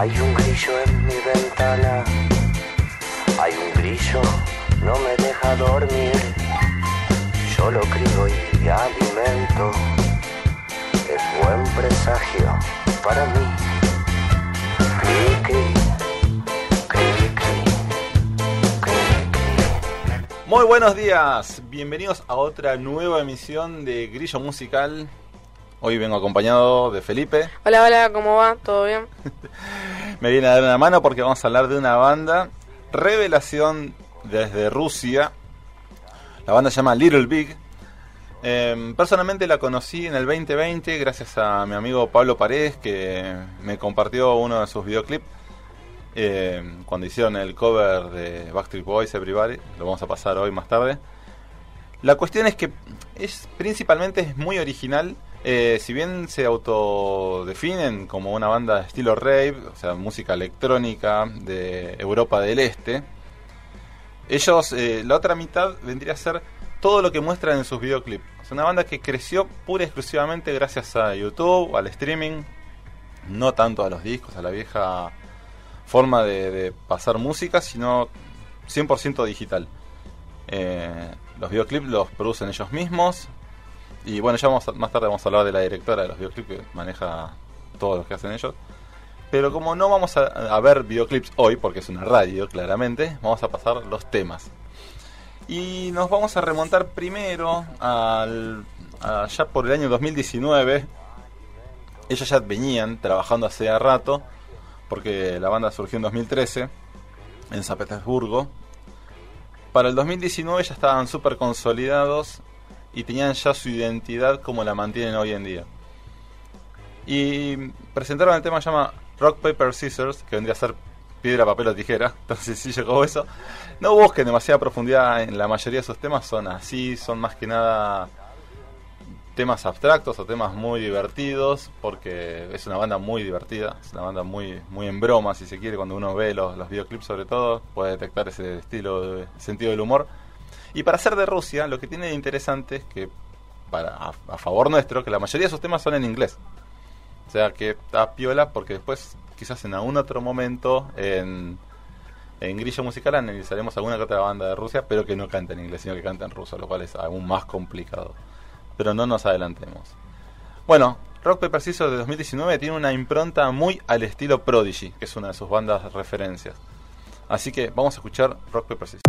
Hay un grillo en mi ventana, hay un grillo, no me deja dormir. Yo lo crío y alimento, es buen presagio para mí. Cri, cri, cri, cri, cri, cri. Muy buenos días, bienvenidos a otra nueva emisión de Grillo Musical. Hoy vengo acompañado de Felipe. Hola, hola, ¿cómo va? ¿Todo bien? Me viene a dar una mano porque vamos a hablar de una banda revelación desde Rusia. La banda se llama Little Big. Personalmente la conocí en el 2020 gracias a mi amigo Pablo Paredes, que me compartió uno de sus videoclips cuando hicieron el cover de Backstreet Boys Everybody. Lo vamos a pasar hoy más tarde. La cuestión es que principalmente es muy original. Si bien se autodefinen como una banda de estilo rave, o sea, música electrónica de Europa del Este, ellos, la otra mitad vendría a ser todo lo que muestran en sus videoclips. Es una banda que creció pura y exclusivamente gracias a YouTube, al streaming, no tanto a los discos, a la vieja forma de pasar música, sino 100% digital. Los videoclips los producen ellos mismos. Y bueno, ya más tarde vamos a hablar de la directora de los videoclips, que maneja todo lo que hacen ellos. Pero como no vamos a ver videoclips hoy, porque es una radio, claramente, vamos a pasar los temas. Y nos vamos a remontar primero allá por el año 2019. Ellos ya venían trabajando hace rato, porque la banda surgió en 2013, en San Petersburgo. Para el 2019 ya estaban súper consolidados y tenían ya su identidad como la mantienen hoy en día. Y presentaron el tema que se llama Rock, Paper, Scissors, que vendría a ser piedra, papel o tijera, tan sencillo como eso. No busquen demasiada profundidad en la mayoría de sus temas, son así, son más que nada temas abstractos o temas muy divertidos, porque es una banda muy divertida, es una banda muy, muy en broma, si se quiere. Cuando uno ve los videoclips, sobre todo, puede detectar ese estilo de sentido del humor. Y para ser de Rusia, lo que tiene de interesante es que, a favor nuestro, que la mayoría de sus temas son en inglés. O sea que está piola, porque después, quizás en algún otro momento, en Grillo Musical analizaremos alguna que otra banda de Rusia, pero que no canta en inglés, sino que canta en ruso, lo cual es aún más complicado. Pero no nos adelantemos. Bueno, Rock Paper Scissors de 2019 tiene una impronta muy al estilo Prodigy, que es una de sus bandas referencias. Así que vamos a escuchar Rock Paper Scissors.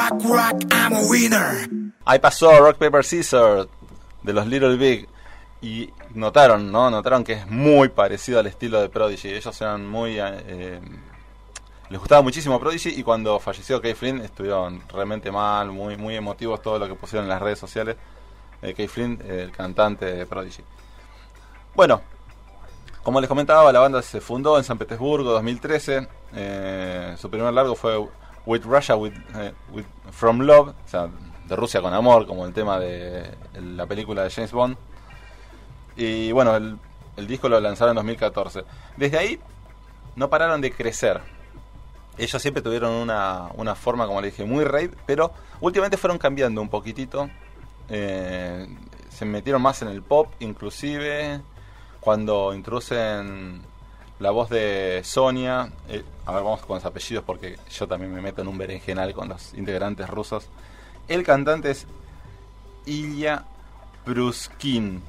rock, rock, I'm a winner. Ahí pasó Rock Paper Scissors de los Little Big. Y notaron, ¿no? Notaron que es muy parecido al estilo de Prodigy. Ellos eran muy... les gustaba muchísimo Prodigy, y cuando falleció Keith Flint estuvieron realmente mal, muy, muy emotivos todo lo que pusieron en las redes sociales. Keith Flint, el cantante de Prodigy. Bueno, como les comentaba, la banda se fundó en San Petersburgo 2013. Su primer largo fue With Russia, From Love, o sea, de Rusia con amor, como el tema de la película de James Bond. Y bueno, el disco lo lanzaron en 2014. Desde ahí no pararon de crecer. Ellos siempre tuvieron una forma, como le dije, muy rave, pero últimamente fueron cambiando un poquitito. Se metieron más en el pop, inclusive cuando introducen la voz de Sonia. A ver, vamos con los apellidos porque yo también me meto en un berenjenal con los integrantes rusos. El cantante es Ilya Pruskin.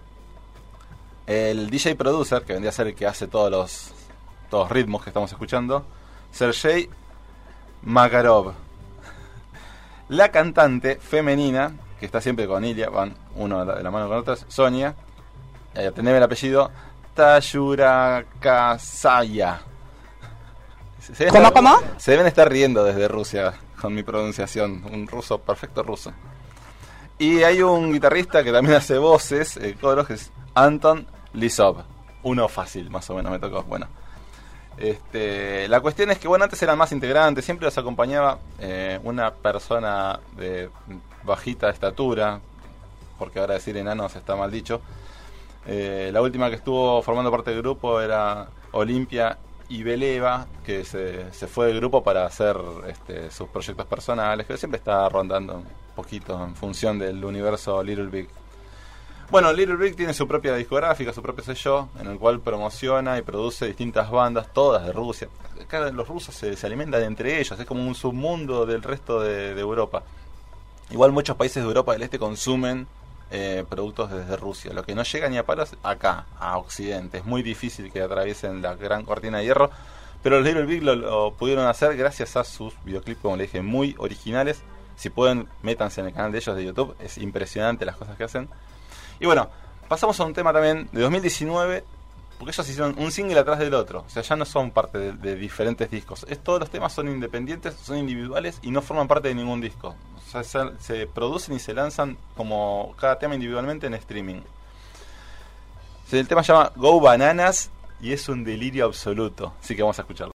El DJ producer, que vendría a ser el que hace todos los ritmos que estamos escuchando, Sergei Makarov. La cantante femenina, que está siempre con Ilya, van uno de la mano con otras, Sonia, teneme el apellido, Tayurakasaya. ¿Cómo? Se deben estar riendo desde Rusia con mi pronunciación, un ruso, perfecto ruso. Y hay un guitarrista que también hace voces, coros, que es Anton Lisov. Uno fácil, más o menos me tocó. Bueno, la cuestión es que, bueno, antes eran más integrantes, siempre los acompañaba una persona de bajita estatura, porque ahora decir enanos está mal dicho. La última que estuvo formando parte del grupo era Olimpia Ibeleva, que se fue del grupo para hacer sus proyectos personales, que siempre está rondando un poquito en función del universo Little Big. Bueno, Little Big tiene su propia discográfica, su propio sello, en el cual promociona y produce distintas bandas, todas de Rusia. Acá los rusos se alimentan entre ellos, es como un submundo del resto de Europa. Igual muchos países de Europa del Este consumen productos desde Rusia. Lo que no llega ni a palos acá, a Occidente. Es muy difícil que atraviesen la gran cortina de hierro, pero los Little Big lo pudieron hacer gracias a sus videoclips, como le dije, muy originales. Si pueden, métanse en el canal de ellos de YouTube, es impresionante las cosas que hacen. Y bueno, pasamos a un tema también de 2019, porque ellos hicieron un single atrás del otro. O sea, ya no son parte de diferentes discos. Todos los temas son independientes, son individuales y no forman parte de ningún disco. O sea, se producen y se lanzan como cada tema individualmente en streaming. El tema se llama Go Bananas y es un delirio absoluto. Así que vamos a escucharlo.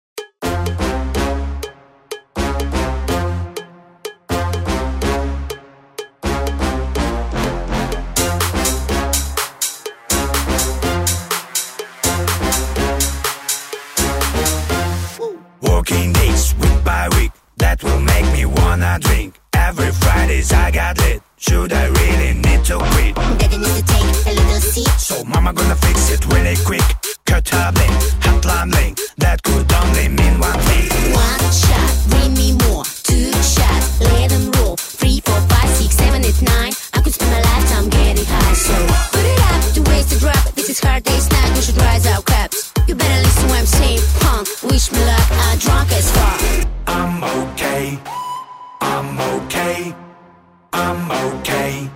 Working days week by week, that will make me wanna drink. Every Fridays I got lit, should I really need to quit? Daddy needs to take a little sip. So mama gonna fix it really quick. Cut her bling, hot lime bling, that could only mean one thing. One shot, bring me more. Two shots, let them roll. 3, 4, 5, 6, 7, 8, 9. I could spend my lifetime getting high. So put it up, to waste a drop. This is hard day's night, we should rise our cups. You better listen what I'm saying, punk. Wish me luck, I'm drunk as fuck. I'm okay, I'm okay, I'm okay.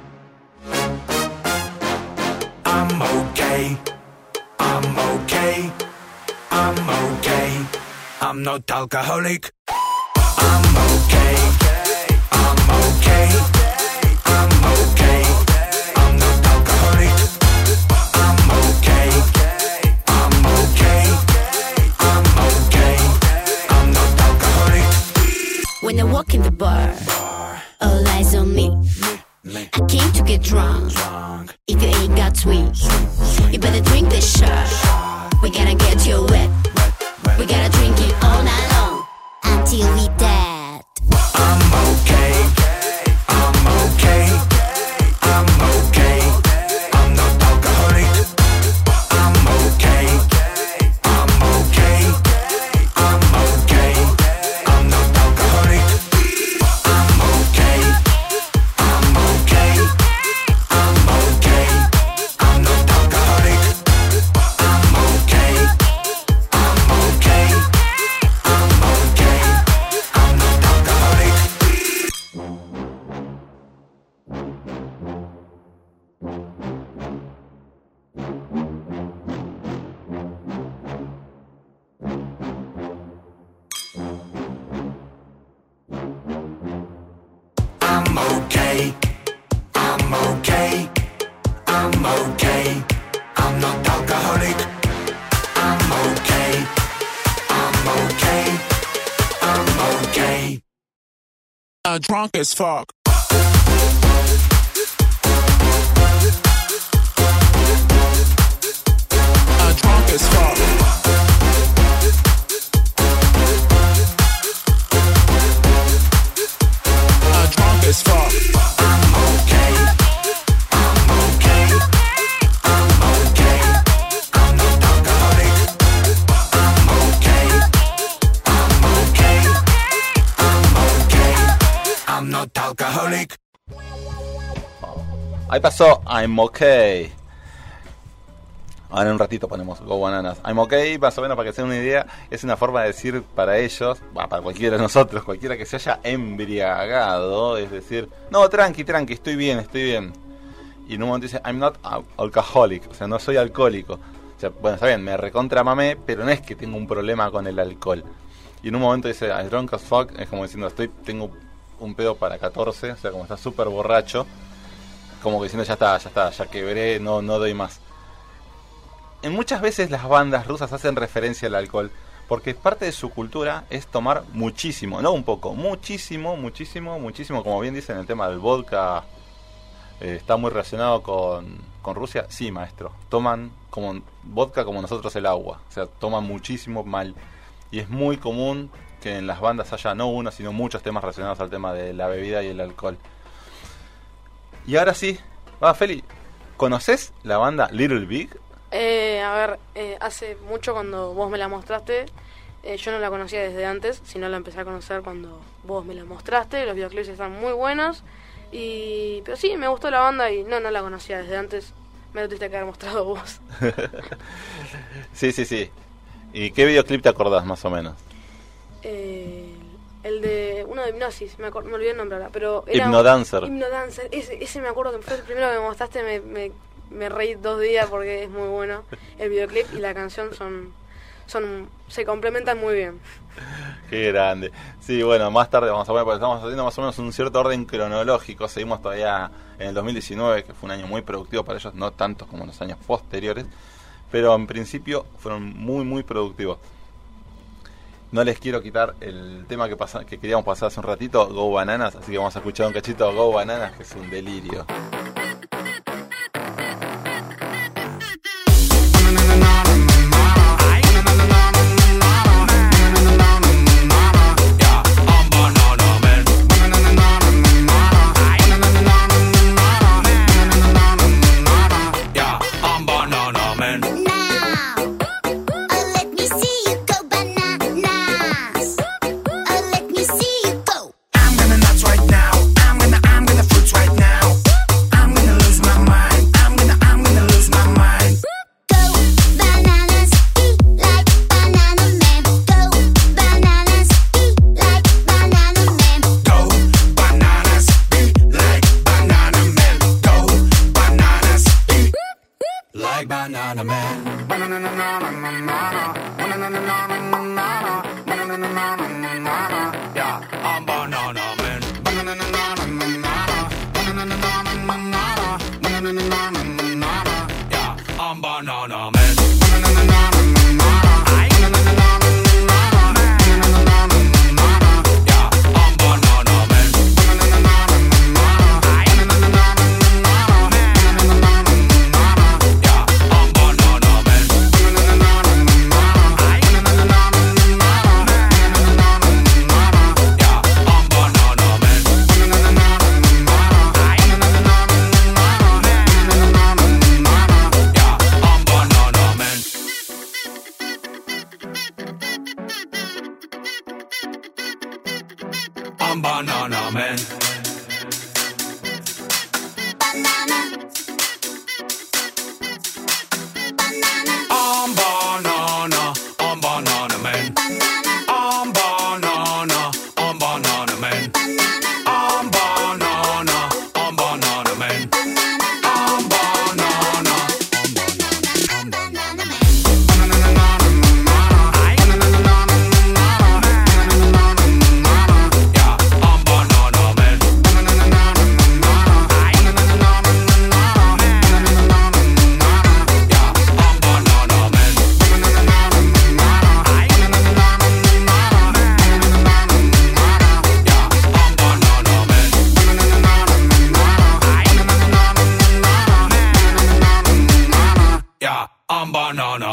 I'm okay, I'm okay, I'm okay. I'm not alcoholic. I'm okay, I'm okay, I'm okay. I'm not alcoholic. I'm okay, I'm okay, I'm okay. I'm not alcoholic. When I walk in the bar, all eyes on me. I came to get drunk. If you ain't got sweet, you better drink this shot. We gotta get you wet. We gotta drink it all night long until we dead. I'm okay, I'm okay, I'm okay. I'm not alcoholic. I'm okay, I'm okay, I'm okay. I'm not alcoholic. I'm okay, I'm okay, I'm okay. I'm not alcoholic. I'm okay, Drunk as fuck. Drunk as fuck. Drunk as fuck. I'm okay. I'm okay. I'm okay. I'm not alcoholic. I'm okay. I'm okay. I'm okay. I'm not alcoholic. Ahí pasó I'm okay. Ahora en un ratito ponemos Go Bananas. I'm okay, más o menos para que se den una idea, es una forma de decir para ellos, para cualquiera de nosotros, cualquiera que se haya embriagado, es decir, no, tranqui, estoy bien. Y en un momento dice, I'm not alcoholic, o sea, no soy alcohólico. O sea, bueno, está bien, me recontra mamé, pero no es que tengo un problema con el alcohol. Y en un momento dice, I'm drunk as fuck, es como diciendo, tengo un pedo para 14, o sea, como está súper borracho, como que diciendo, ya está, ya quebré, no doy más. En muchas veces las bandas rusas hacen referencia al alcohol porque parte de su cultura es tomar muchísimo, no un poco, muchísimo, como bien dicen, el tema del vodka está muy relacionado con Rusia. Sí, maestro, toman como vodka como nosotros el agua, o sea, toman muchísimo mal. Y es muy común que en las bandas haya no uno, sino muchos temas relacionados al tema de la bebida y el alcohol. Y ahora sí, Feli, ¿conoces la banda Little Big? Hace mucho cuando vos me la mostraste, yo no la conocía desde antes, sino la empecé a conocer cuando vos me la mostraste. Los videoclips están muy buenos, pero sí, me gustó la banda y no la conocía desde antes. Me lo tuviste que haber mostrado vos. Sí. ¿Y qué videoclip te acordás más o menos? El de uno de Hipnosis, me olvidé el nombre ahora, pero era Hipnodancer. Ese me acuerdo que fue el primero que me mostraste. Me reí 2 días porque es muy bueno el videoclip y la canción se complementan muy bien. Qué grande. Sí, bueno, más tarde vamos a ver, porque estamos haciendo más o menos un cierto orden cronológico. Seguimos todavía en el 2019, que fue un año muy productivo para ellos, no tanto como en los años posteriores, pero en principio fueron muy, muy productivos. No les quiero quitar el tema que queríamos pasar hace un ratito, Go Bananas, así que vamos a escuchar un cachito de Go Bananas, que es un delirio.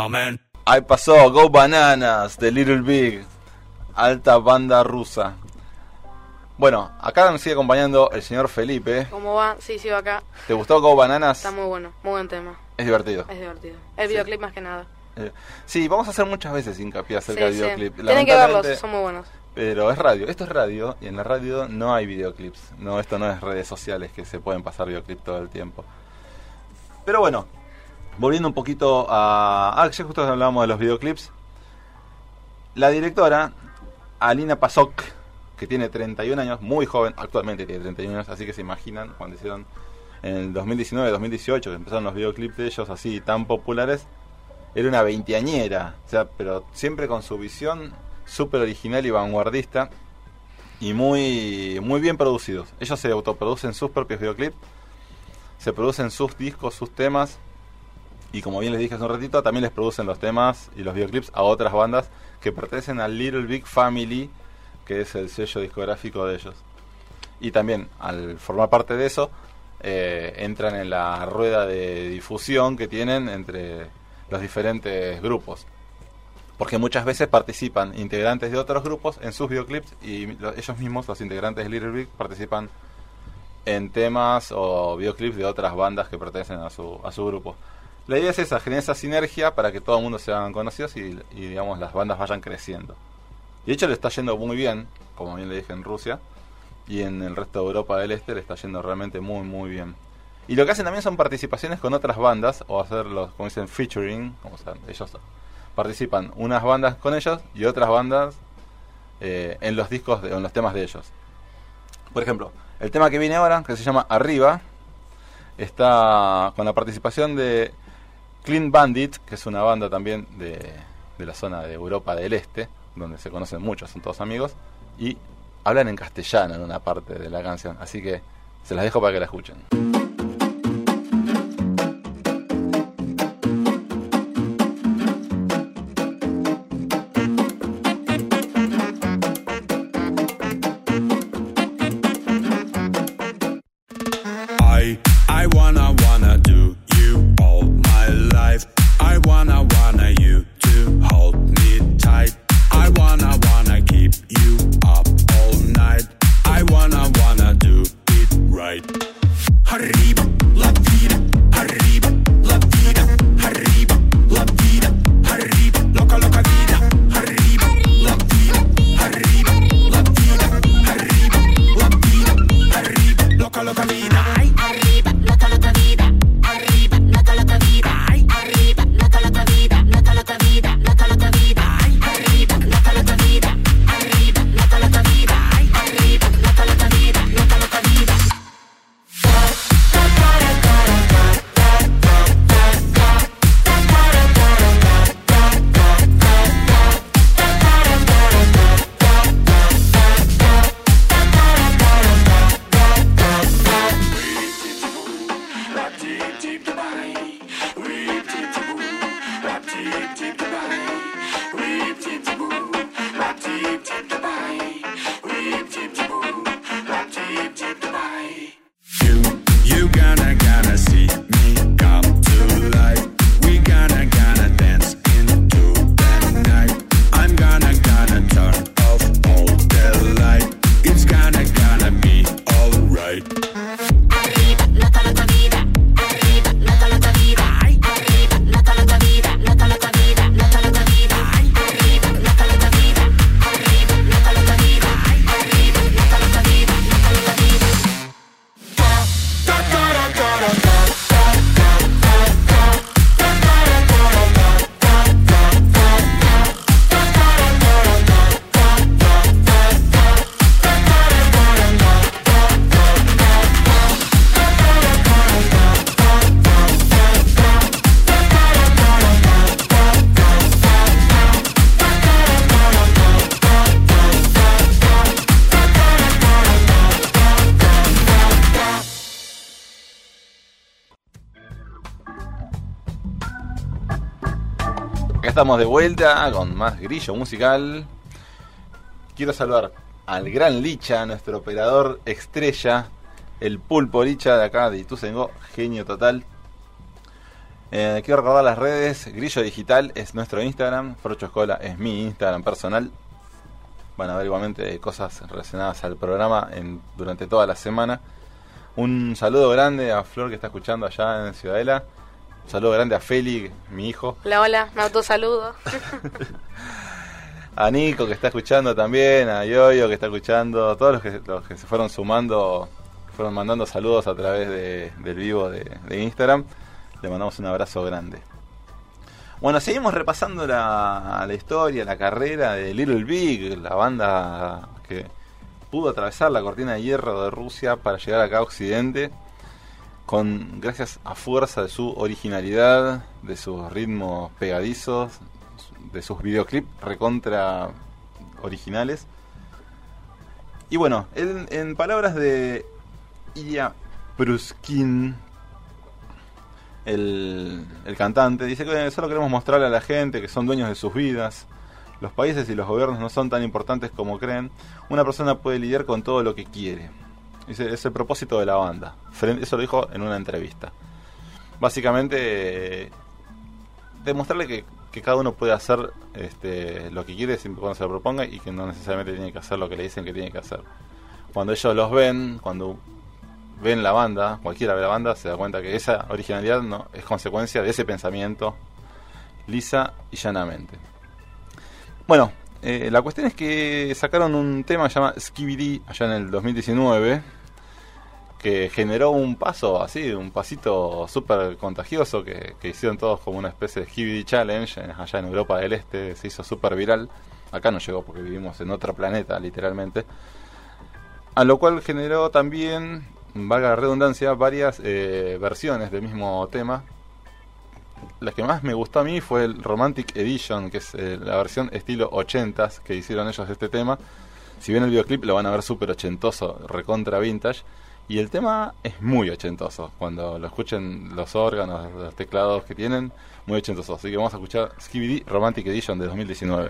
coming. Ahí pasó Go Bananas de Little Big, alta banda rusa. Bueno, acá nos sigue acompañando el señor Felipe. ¿Cómo va? Sí, sigo acá. ¿Te gustó Go Bananas? Está muy bueno, muy buen tema. Es divertido. Es divertido. El videoclip más que nada. Sí, vamos a hacer muchas veces hincapié acerca del videoclip. Tienen que verlos, son muy buenos. Pero es radio, esto es radio y en la radio no hay videoclips. No, esto no es redes sociales que se pueden pasar videoclips todo el tiempo. Pero bueno, volviendo un poquito a... ya justo hablábamos de los videoclips. La directora, Alina Pasok, que tiene 31 años, muy joven, actualmente tiene 31 años, así que se imaginan cuando hicieron en el 2019, 2018, que empezaron los videoclips de ellos así tan populares, era una veinteañera, o sea, pero siempre con su visión súper original y vanguardista y muy bien producidos. Ellos se autoproducen sus propios videoclips, se producen sus discos, sus temas, y como bien les dije hace un ratito, también les producen los temas y los videoclips a otras bandas que pertenecen al Little Big Family, que es el sello discográfico de ellos. Y también, al formar parte de eso, entran en la rueda de difusión que tienen entre los diferentes grupos. Porque muchas veces participan integrantes de otros grupos en sus videoclips y ellos mismos, los integrantes de Little Big, participan en temas o videoclips de otras bandas que pertenecen a su grupo. La idea es esa, generar esa sinergia para que todo el mundo se hagan conocidos y digamos las bandas vayan creciendo. Y de hecho le está yendo muy bien, como bien le dije, en Rusia, y en el resto de Europa del Este le está yendo realmente muy muy bien. Y lo que hacen también son participaciones con otras bandas, o hacerlos, como dicen, featuring, como sea, ellos participan unas bandas con ellos y otras bandas en los discos, en los temas de ellos. Por ejemplo, el tema que viene ahora, que se llama Arriba, está con la participación de Clean Bandit, que es una banda también de la zona de Europa del Este, donde se conocen muchos, son todos amigos, y hablan en castellano en una parte de la canción, así que se las dejo para que la escuchen. I wanna do you all my life. I wanna you to hold me tight. I wanna keep you up all night. I wanna do it right. Arriba, la vida, arriba, la vida, arriba, la vida, arriba, loca, loca vida, arriba, la vida, arriba, la vida, arriba, la vida, arriba, loca, loca vida. Arriba, loca, loca vida. Arriba, loca, loca vida. Arriba, loca, loca vida. Loca, loca vida. Loca, loca vida. Arriba, loca, loca vida. Arriba, loca, loca vida. Arriba, loca, loca vida. Loca, loca vida. You gonna see me come to life. We gonna dance into the night. I'm gonna turn off all the light. It's gonna be alright. Arriba, loca, loca vida. Arriba, loca, loca vida. Arriba, loca, loca vida. Loca, loca vida. Loca, loca vida. Arriba, loca, loca vida. Arriba, loca, loca vida. Arriba, loca, loca vida. Loca, loca vida. Acá estamos de vuelta con más grillo musical. Quiero saludar al gran Licha, nuestro operador estrella, el pulpo Licha de acá de Ituzaingó, genio total. Quiero recordar las redes. Grillo Digital es nuestro Instagram. Frocho Escola es mi Instagram personal. Van a ver igualmente cosas relacionadas al programa durante toda la semana. Un saludo grande a Flor, que está escuchando allá en Ciudadela. Un saludo grande a Feli, mi hijo. Hola, me autosaludo. A Nico, que está escuchando también. A Yoyo, que está escuchando. A todos los que se fueron sumando, fueron mandando saludos a través del vivo de Instagram. Le mandamos un abrazo grande. Bueno, seguimos repasando la historia, la carrera de Little Big, la banda que pudo atravesar la cortina de hierro de Rusia para llegar acá a Occidente, gracias a fuerza de su originalidad, de sus ritmos pegadizos, de sus videoclips recontra originales. Y bueno, en palabras de Ilya Pruskin, el cantante, dice que solo queremos mostrarle a la gente que son dueños de sus vidas. Los países y los gobiernos no son tan importantes como creen. Una persona puede lidiar con todo lo que quiere. Dice, es el propósito de la banda. Eso lo dijo en una entrevista. Básicamente, demostrarle que cada uno puede hacer lo que quiere siempre cuando se lo proponga, y que no necesariamente tiene que hacer lo que le dicen que tiene que hacer. Cuando ellos los ven, cuando ven la banda, cualquiera ve la banda, se da cuenta que esa originalidad no es consecuencia de ese pensamiento, lisa y llanamente. Bueno, la cuestión es que sacaron un tema que se llama Skibidi allá en el 2019, que generó un pasito súper contagioso, que hicieron todos como una especie de Skibidi Challenge allá en Europa del Este. Se hizo súper viral. Acá no llegó porque vivimos en otro planeta, literalmente. A lo cual generó también, valga la redundancia, varias versiones del mismo tema. La que más me gustó a mí fue el Romantic Edition, que es la versión estilo 80s que hicieron ellos de este tema. Si ven el videoclip lo van a ver súper ochentoso, recontra vintage. Y el tema es muy ochentoso. Cuando lo escuchen, los órganos, los teclados que tienen, muy ochentoso. Así que vamos a escuchar Skibidi Romantic Edition de 2019.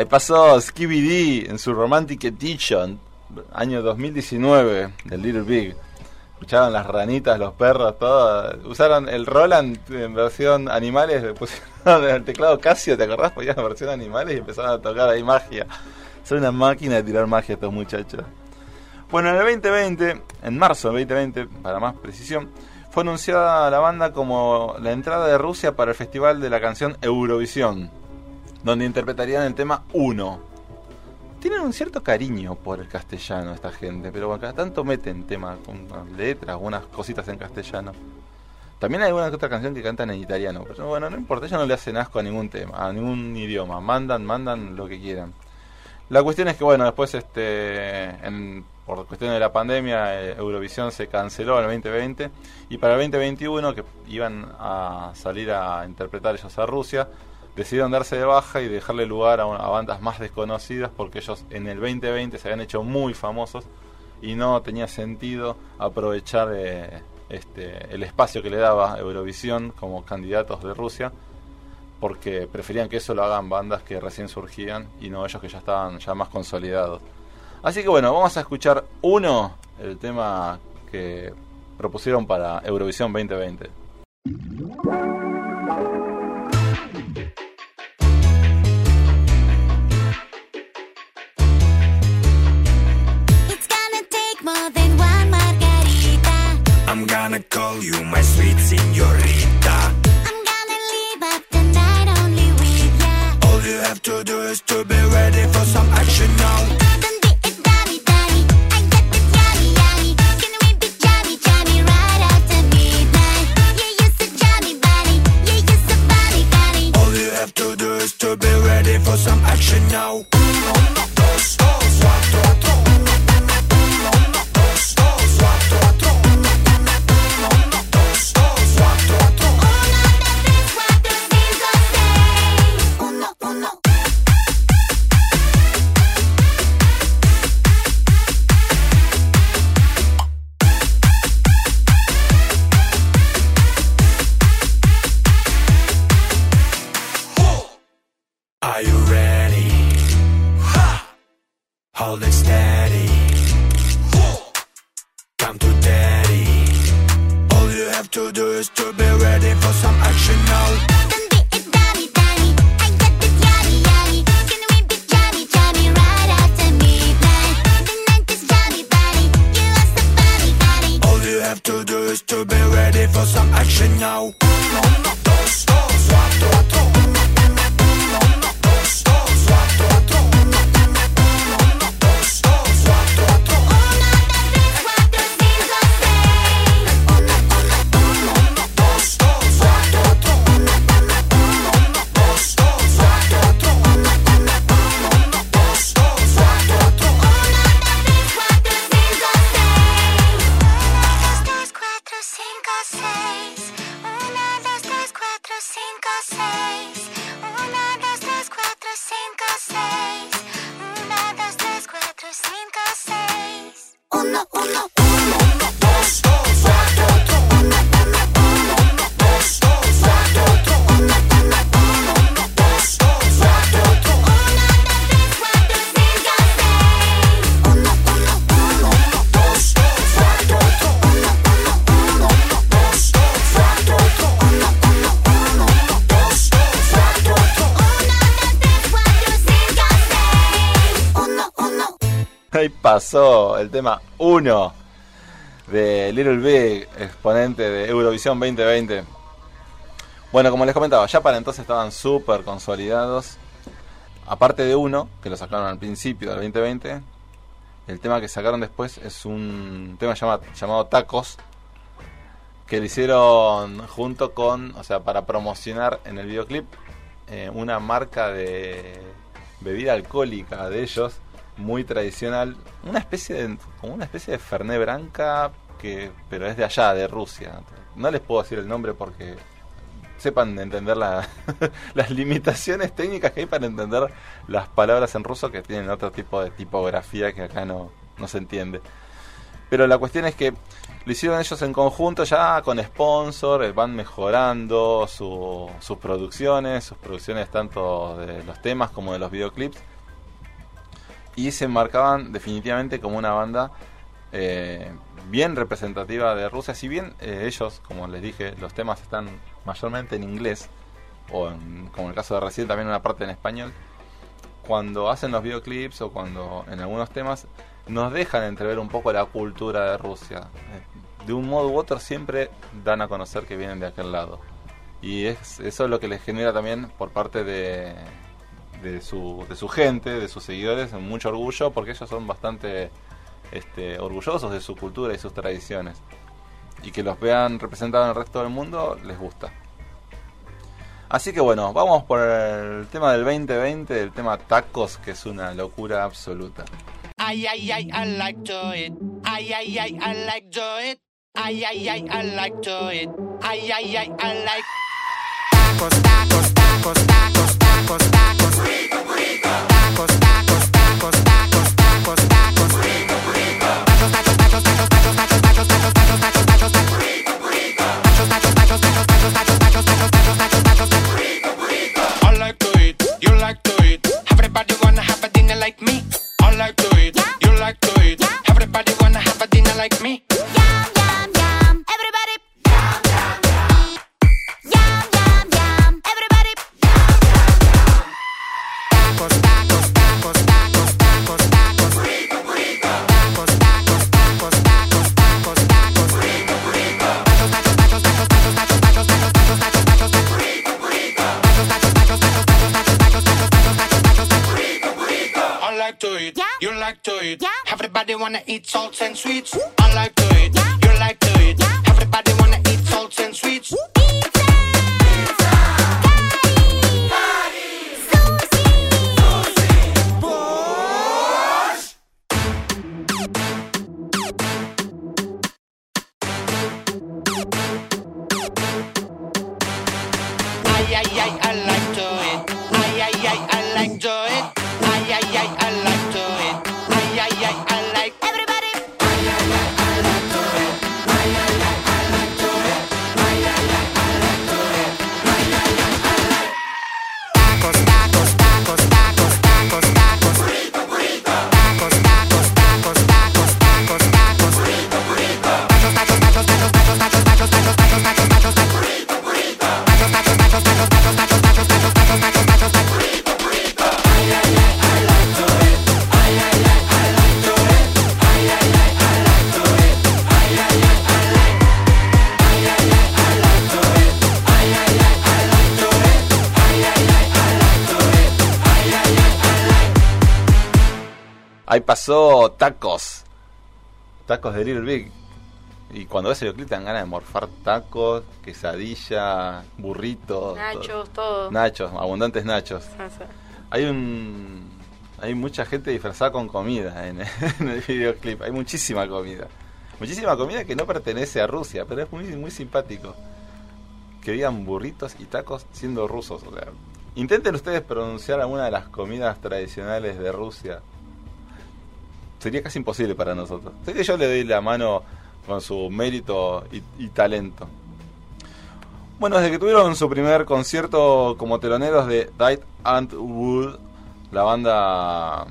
Ahí pasó Skibidi en su Romantic Edition, año 2019, del Little Big. Escuchaban las ranitas, los perros, todo. Usaron el Roland en versión animales, pusieron el teclado Casio, ¿te acordás? Ponían la versión animales y empezaron a tocar ahí magia. Son una máquina de tirar magia estos muchachos. Bueno, en el 2020, en marzo del 2020, para más precisión, fue anunciada la banda como la entrada de Rusia para el festival de la canción Eurovisión, donde interpretarían el tema 1. Tienen un cierto cariño por el castellano esta gente, pero cada tanto meten temas con unas letras, unas cositas en castellano. También hay alguna que otra canción que cantan en italiano, pero bueno, no importa, ellos no le hacen asco a ningún tema, a ningún idioma, mandan lo que quieran. La cuestión es que bueno, después por cuestiones de la pandemia, Eurovisión se canceló en el 2020 y para el 2021, que iban a salir a interpretar ellos a Rusia, decidieron darse de baja y dejarle lugar a bandas más desconocidas porque ellos en el 2020 se habían hecho muy famosos y no tenía sentido aprovechar el espacio que le daba Eurovisión como candidatos de Rusia, porque preferían que eso lo hagan bandas que recién surgían y no ellos que ya estaban ya más consolidados. Así que bueno, vamos a escuchar el tema que propusieron para Eurovisión 2020. I'm gonna call you my sweet señorita. I'm gonna live up the night only with ya. All you have to do is to be ready for some action now. Don't be a dummy, dummy. I got the yummy, yummy. Can we be jammy, jammy right after midnight? Yeah, you're so jammy, buddy. Yeah, you're so funny, funny. All you have to do is to be ready for some action now. 1, 2, 4, 4. Are you ready? Ha! Hold it steady. Come to daddy. All you have to do is to be ready for some action now. Don't be a dummy, dummy. I got the yummy, yummy. Can we be jammy, jammy right after midnight? The night is jammy, buddy. You are so funny, funny. All you have to do is to be ready for some action now. 1, 2, 4, 4. Ahí pasó el tema 1 de Little Big, exponente de Eurovisión 2020. Bueno, como les comentaba, ya para entonces estaban súper consolidados. Aparte de 1, que lo sacaron al principio del 2020, el tema que sacaron después es un tema llamado Tacos, que lo hicieron junto con, o sea, para promocionar en el videoclip una marca de bebida alcohólica de ellos, muy tradicional, una especie de Fernet Branca, pero es de allá, de Rusia. No les puedo decir el nombre porque sepan entender las limitaciones técnicas que hay para entender las palabras en ruso, que tienen otro tipo de tipografía que acá no se entiende. Pero la cuestión es que lo hicieron ellos en conjunto, ya con sponsor, van mejorando sus producciones tanto de los temas como de los videoclips, y se marcaban definitivamente como una banda bien representativa de Rusia. Si bien ellos, como les dije, los temas están mayormente en inglés, o como el caso de recién también una parte en español, cuando hacen los videoclips o cuando en algunos temas nos dejan entrever un poco la cultura de Rusia. De un modo u otro siempre dan a conocer que vienen de aquel lado. Y eso es lo que les genera también por parte de su gente, de sus seguidores, mucho orgullo, porque ellos son bastante orgullosos de su cultura y sus tradiciones. Y que los vean representados en el resto del mundo les gusta. Así que bueno, vamos por el tema del 2020, el tema tacos, que es una locura absoluta. Ay, ay, ay, I like to eat. Ay, ay, ay, I like to eat. Ay, ay, ay, I like to eat. Ay, ay, ay, I like tacos, tacos, tacos, tacos, tacos, tacos. Rico, rico. Tacos, tacos, tacos, tacos, tacos, tacos. Rico, rico. Tacos, tacos, tacos, tacos, tacos, tacos, tacos, tacos, tacos, tacos, tacos. Rico, rico. Tacos, tacos, tacos, tacos, tacos, tacos, tacos, tacos, tacos, tacos, tacos, tacos. Rico, rico. I like to eat. You like to eat. Everybody wanna have a dinner like me. I like to eat. You like to eat. Everybody wanna have a dinner like me. Yum, yum, yum. Everybody. Yum, yum, yum. Yum, yum, yum. Everybody. Tacos, tacos, tacos, tacos, tacos, tacos. Rico, rico. Tacos, tacos, tacos, tacos, tacos, tacos. Rico, rico. Tacos, tacos, tacos, tacos, tacos, tacos, tacos, tacos, tacos, tacos, tacos. Rico, rico. Tacos, tacos, tacos, tacos, tacos, tacos, tacos, tacos, tacos, tacos, tacos. Rico, rico. I like to eat. You like to eat. Everybody wanna eat salts and sweets. I like to eat. You like to eat. Everybody wanna eat salts and sweets. Ay, ay, ay, I like to eat. Ay, ay, ay, I like to eat. Ay, ay, ay, I like to eat. Ay, ay, ay, I like. Everybody. Ay, ay, ay, I like to eat. Ay, ay, ay, I like to eat. Ay, ay, ay, I like to eat. Ay, ay, ay, I like. Tacos, tacos, tacos, tacos, tacos, tacos. Rico, rico. Tacos, tacos, tacos, tacos, tacos, tacos. Rico, rico. Tacos, tacos, tacos, tacos, tacos, tacos, tacos, tacos, tacos, tacos, tacos, tacos. Rico, rico. Tacos, tacos, tacos, tacos, tacos, tacos, tacos, tacos, tacos, tacos, tacos, tacos. Rico, rico. Ay, ay, ay, I like to eat. Ay, ay, ay, I like to eat. Ay, ay, ay, I like to eat. Ay, ay, ay, I like. Ay, ay, ay, I like to eat. Ay, ay, ay, I like to eat. Ay, ay, ay, I like to eat. Ay, ay, ay, I like. Ahí pasó Tacos de Little Big. Y cuando ves el videoclip te dan ganas de morfar tacos, quesadilla, burritos, Nachos, todo. nachos, abundantes nachos. Salsa. Hay mucha gente disfrazada con comida en el videoclip. Hay muchísima comida. Muchísima comida que no pertenece a Rusia, pero es muy, muy simpático. Que digan burritos y tacos siendo rusos. O sea, intenten ustedes pronunciar alguna de las comidas tradicionales de Rusia. Sería casi imposible para nosotros. Sé que yo le doy la mano con su mérito y talento. Bueno, desde que tuvieron su primer concierto como teloneros de Died and Wood, la banda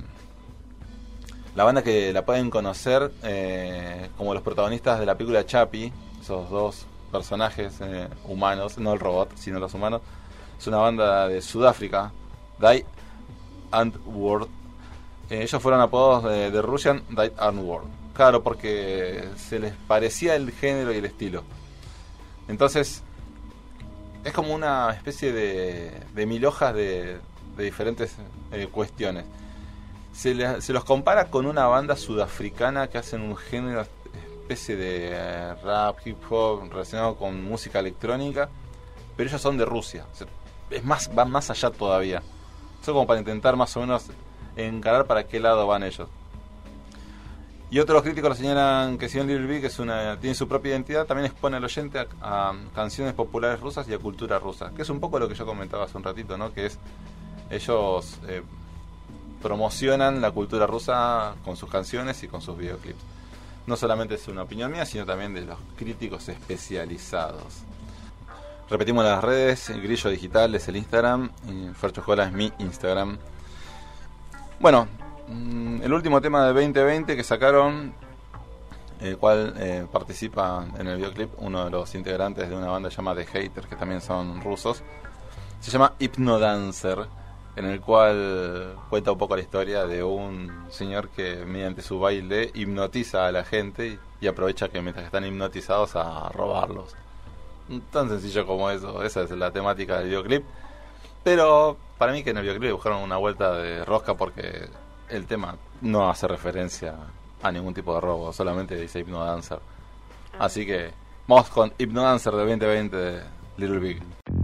que la pueden conocer como los protagonistas de la película Chappie, esos dos personajes humanos, no el robot, sino los humanos. Es una banda de Sudáfrica, Die Antwoord. Ellos fueron apodados de Russian Die Antwoord. Claro, porque se les parecía el género y el estilo. Entonces, es como una especie de mil hojas de diferentes cuestiones. Se los compara con una banda sudafricana que hacen un género, especie de rap, hip hop relacionado con música electrónica, pero ellos son de Rusia. O sea, van más allá todavía. Eso como para intentar más o menos encarar para qué lado van ellos. Y otros críticos lo señalan que si bien Little Big tiene su propia identidad, también expone al oyente a canciones populares rusas y a cultura rusa, que es un poco lo que yo comentaba hace un ratito, ¿no? Que es ellos promocionan la cultura rusa con sus canciones y con sus videoclips. no solamente es una opinión mía, sino también de los críticos especializados. Repetimos las redes, el Grillo Digital es el Instagram, y Fercho Jola es mi Instagram. Bueno, el último tema de 2020 que sacaron, el cual participa en el videoclip uno de los integrantes de una banda llamada The Haters, que también son rusos, se llama Hypnodancer, en el cual cuenta un poco la historia de un señor que mediante su baile hipnotiza a la gente y aprovecha que mientras están hipnotizados a robarlos. Tan sencillo como eso, esa es la temática del videoclip. Pero para mí que en el videoclip buscaron una vuelta de rosca porque el tema no hace referencia a ningún tipo de robo, solamente dice Hypnodancer. Así que vamos con Hypnodancer de 2020 de Little Big.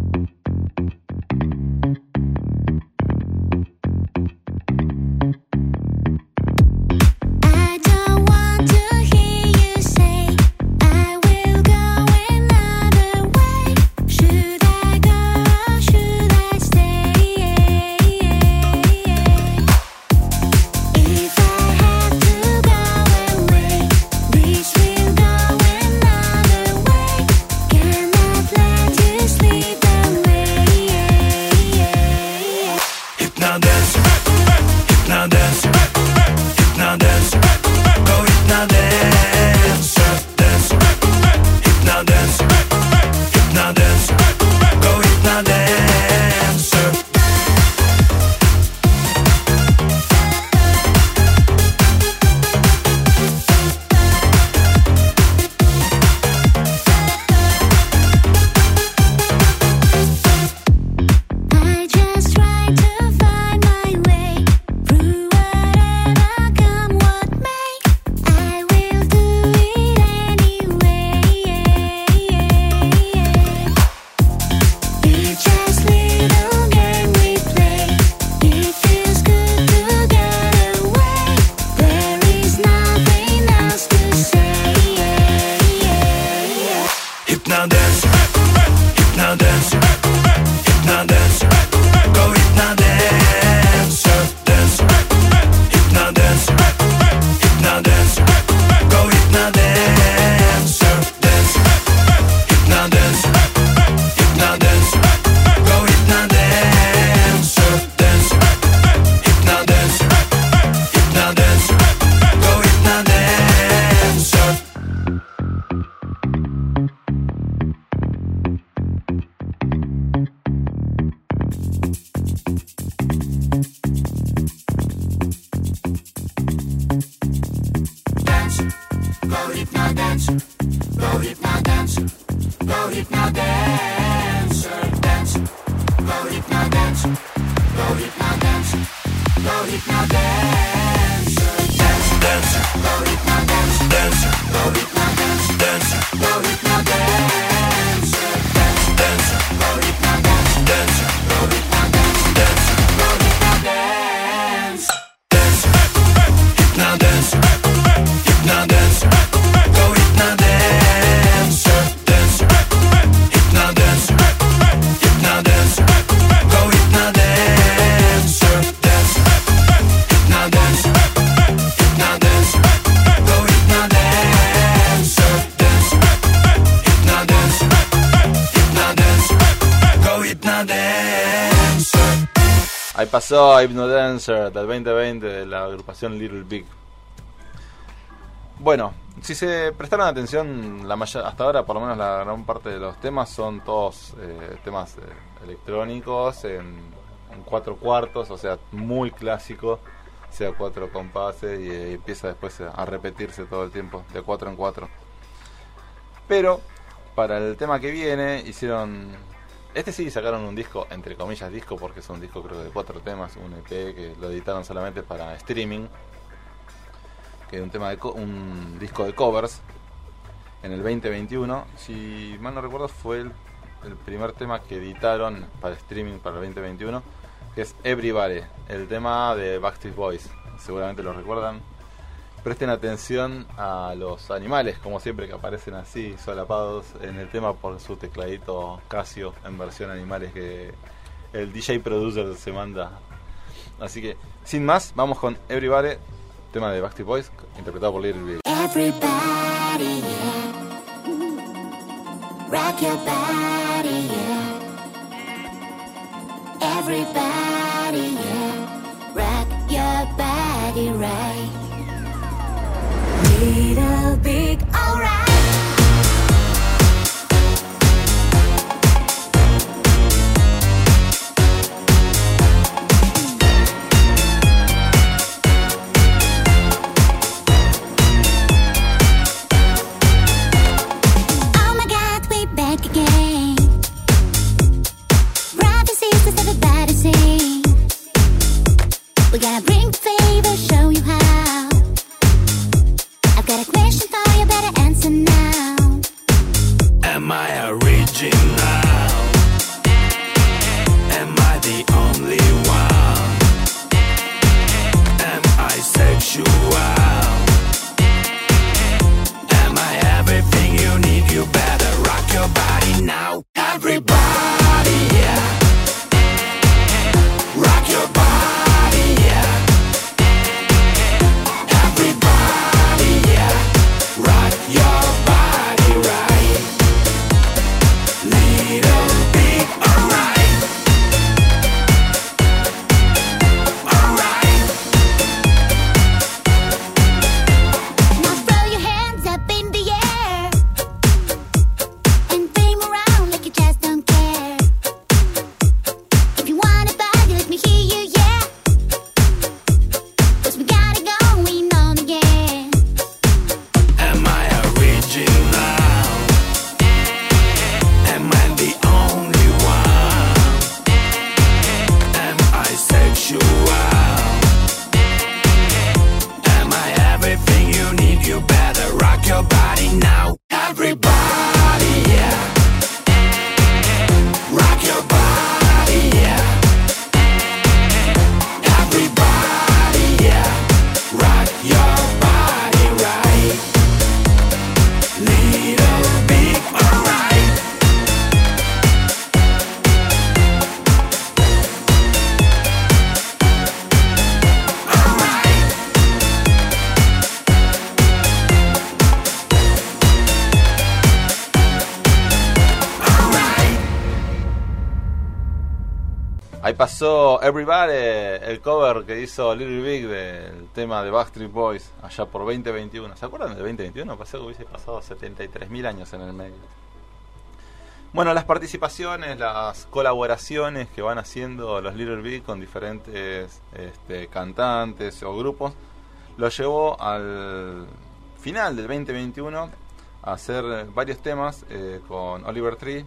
Ahí pasó Hypnodancer del 2020 de la agrupación Little Big. Bueno, si se prestaron atención, hasta ahora por lo menos la gran parte de los temas son todos temas electrónicos en 4/4, o sea, muy clásico, sea 4 compases y empieza después a repetirse todo el tiempo, de 4 en 4. Pero para el tema que viene hicieron... Este sí sacaron un disco, entre comillas disco, porque es un disco creo de 4 temas, un EP que lo editaron solamente para streaming, que es un disco de covers en el 2021. Si mal no recuerdo fue el primer tema que editaron para streaming para el 2021, que es Everybody, el tema de Backstreet Boys, seguramente lo recuerdan. Presten atención a los animales, como siempre, que aparecen así, solapados en el tema por su tecladito Casio en versión animales que el DJ producer se manda. Así que, sin más, vamos con Everybody, tema de Backstreet Boys, interpretado por Little Big. Everybody, yeah. Rock your body, yeah. Everybody, yeah. Rock your body right. Little Big, alright. We gotta bring favor, show you how. I've got a question for you, better answer now. Am I original? Am I the only one? Am I sexual? Am I everything you need? You better rock your body now. Everybody, yeah. Rock your body. Ahí pasó Everybody, el cover que hizo Little Big del tema de Backstreet Boys allá por 2021. ¿Se acuerdan del 2021? Pasó que hubiese pasado 73.000 años en el medio. Bueno, las participaciones, las colaboraciones que van haciendo los Little Big con diferentes cantantes o grupos, lo llevó al final del 2021 a hacer varios temas con Oliver Tree,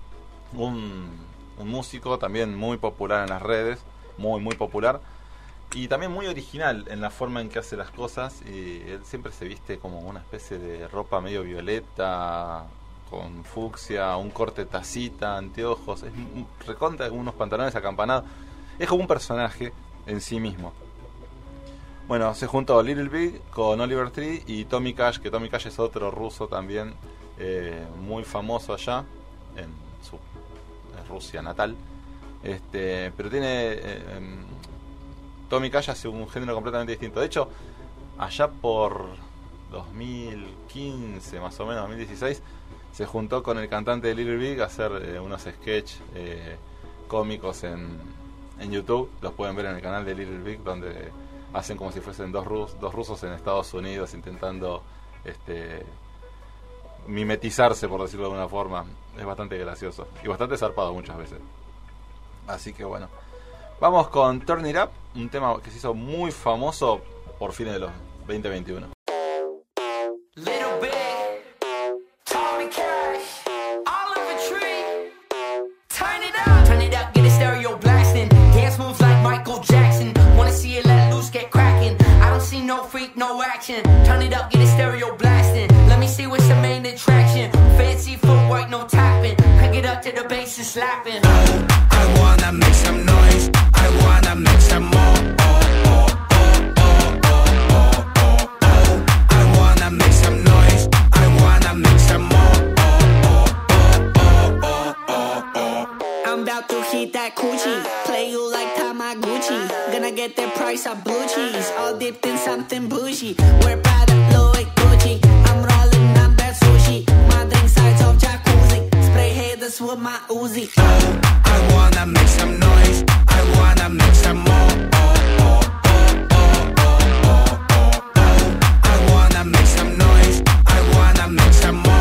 un músico también muy popular en las redes, muy popular, y también muy original en la forma en que hace las cosas. Y él siempre se viste como una especie de ropa medio violeta, con fucsia, un corte tacita, anteojos, es recontra, unos pantalones acampanados, es como un personaje en sí mismo. Bueno, se juntó Little Big con Oliver Tree y Tommy Cash, que Tommy Cash es otro ruso también, muy famoso allá en su Rusia natal, pero tiene Tommy Cash hace un género completamente distinto. De hecho, allá por 2015 más o menos, 2016, se juntó con el cantante de Little Big a hacer unos sketches cómicos en YouTube. Los pueden ver en el canal de Little Big, donde hacen como si fuesen dos rusos en Estados Unidos intentando mimetizarse, por decirlo de alguna forma. Es bastante gracioso y bastante zarpado muchas veces. Así que bueno, vamos con Turn It Up, un tema que se hizo muy famoso por fines de los 2021. Little Big, Tommy Cash, Oliver Tree. Turn it up, get a stereo blasting. Dance moves like Michael Jackson. Wanna see it let loose, get cracking. I don't see no freak, no action. Turn it up, get a stereo blasting. Let me see what's the main attraction. Fancy footwork, no tapping. Pick it up to the bass and slapping. Oh, I wanna make some noise. I wanna make some more. Oh, oh, oh, oh, oh, oh, oh, oh. I wanna make some noise. I wanna make some more. Oh, oh, oh, oh, oh, oh, oh. I'm about to hit that coochie. Play you like Tamaguchi. Gonna get at the price of blue cheese, all dipped in something bougie. We're proud of Louis Gucci. I'm rolling up that sushi. My drink sides of jacuzzi. Spray haters with my Uzi. Oh, I wanna make some noise. I wanna make some more. Oh, oh, oh, oh, oh, oh, oh, oh. I wanna make some noise. I wanna make some more.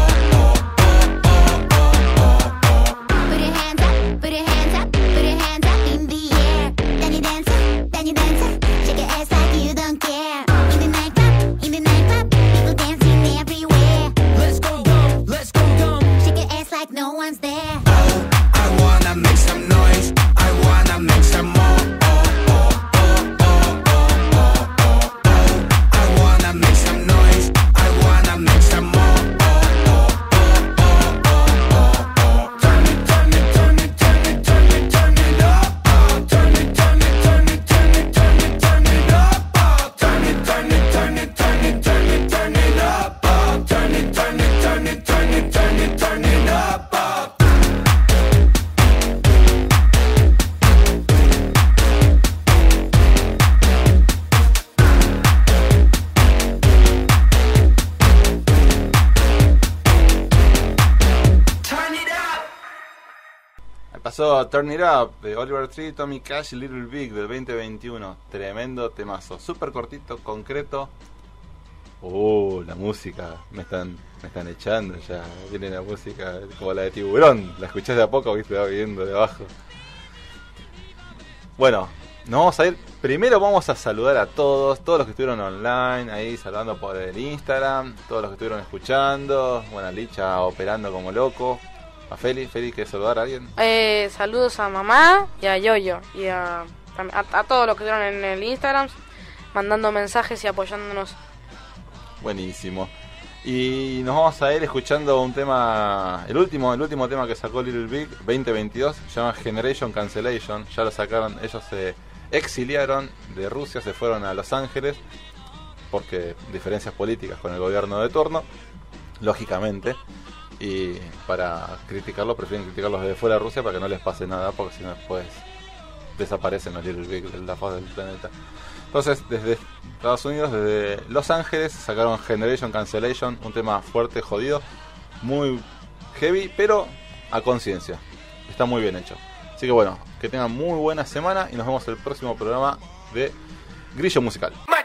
Put your hands up, put your hands up, put your hands up in the air. Then you dance up, then you dance up. Shake your ass like you don't care. In the nightclub, people dancing everywhere. Let's go dumb, let's go dumb. Shake your ass like no one's there. Oh, I wanna make some noise. I wanna make some more. Oh, oh, oh, oh, oh, oh, oh, oh. I wanna make some noise. I wanna make some more. Oh, oh, oh, oh, oh, oh, oh. Turn it, turn it, turn it, turn it, turn it, turn it up. Oh, turn it, turn it, turn it, turn it, turn it, turn it up. Oh, turn it, turn it, turn it, turn it, turn it, turn it up. Oh, turn it, turn it, turn it, turn it, turn it, turn it up. Oh. Turn it up. Pasó a Turn It Up de Oliver Tree, Tommy Cash y Little Big del 2021. Tremendo temazo. Súper cortito, concreto. La música. Me están echando ya. Viene la música como la de Tiburón. La escuchás de a poco, viste, va viendo de abajo. Bueno, nos vamos a ir. Primero vamos a saludar a todos los que estuvieron online, ahí saludando por el Instagram, todos los que estuvieron escuchando. Bueno, Licha operando como loco. A Feli, ¿querés saludar a alguien? Saludos a mamá y a Yoyo y a todos los que estuvieron en el Instagram mandando mensajes y apoyándonos. Buenísimo. Y nos vamos a ir escuchando un tema, el último tema que sacó Little Big 2022, se llama Generation Cancellation. Ya lo sacaron, ellos se exiliaron de Rusia, se fueron a Los Ángeles porque diferencias políticas con el gobierno de turno, lógicamente. Y para criticarlos, prefieren criticarlos desde fuera de Rusia para que no les pase nada, porque si no después desaparecen los Little Big de la faz del planeta. Entonces, desde Estados Unidos, desde Los Ángeles, sacaron Generation Cancellation, un tema fuerte, jodido, muy heavy, pero a conciencia. Está muy bien hecho. Así que bueno, que tengan muy buena semana y nos vemos en el próximo programa de Grillo Musical.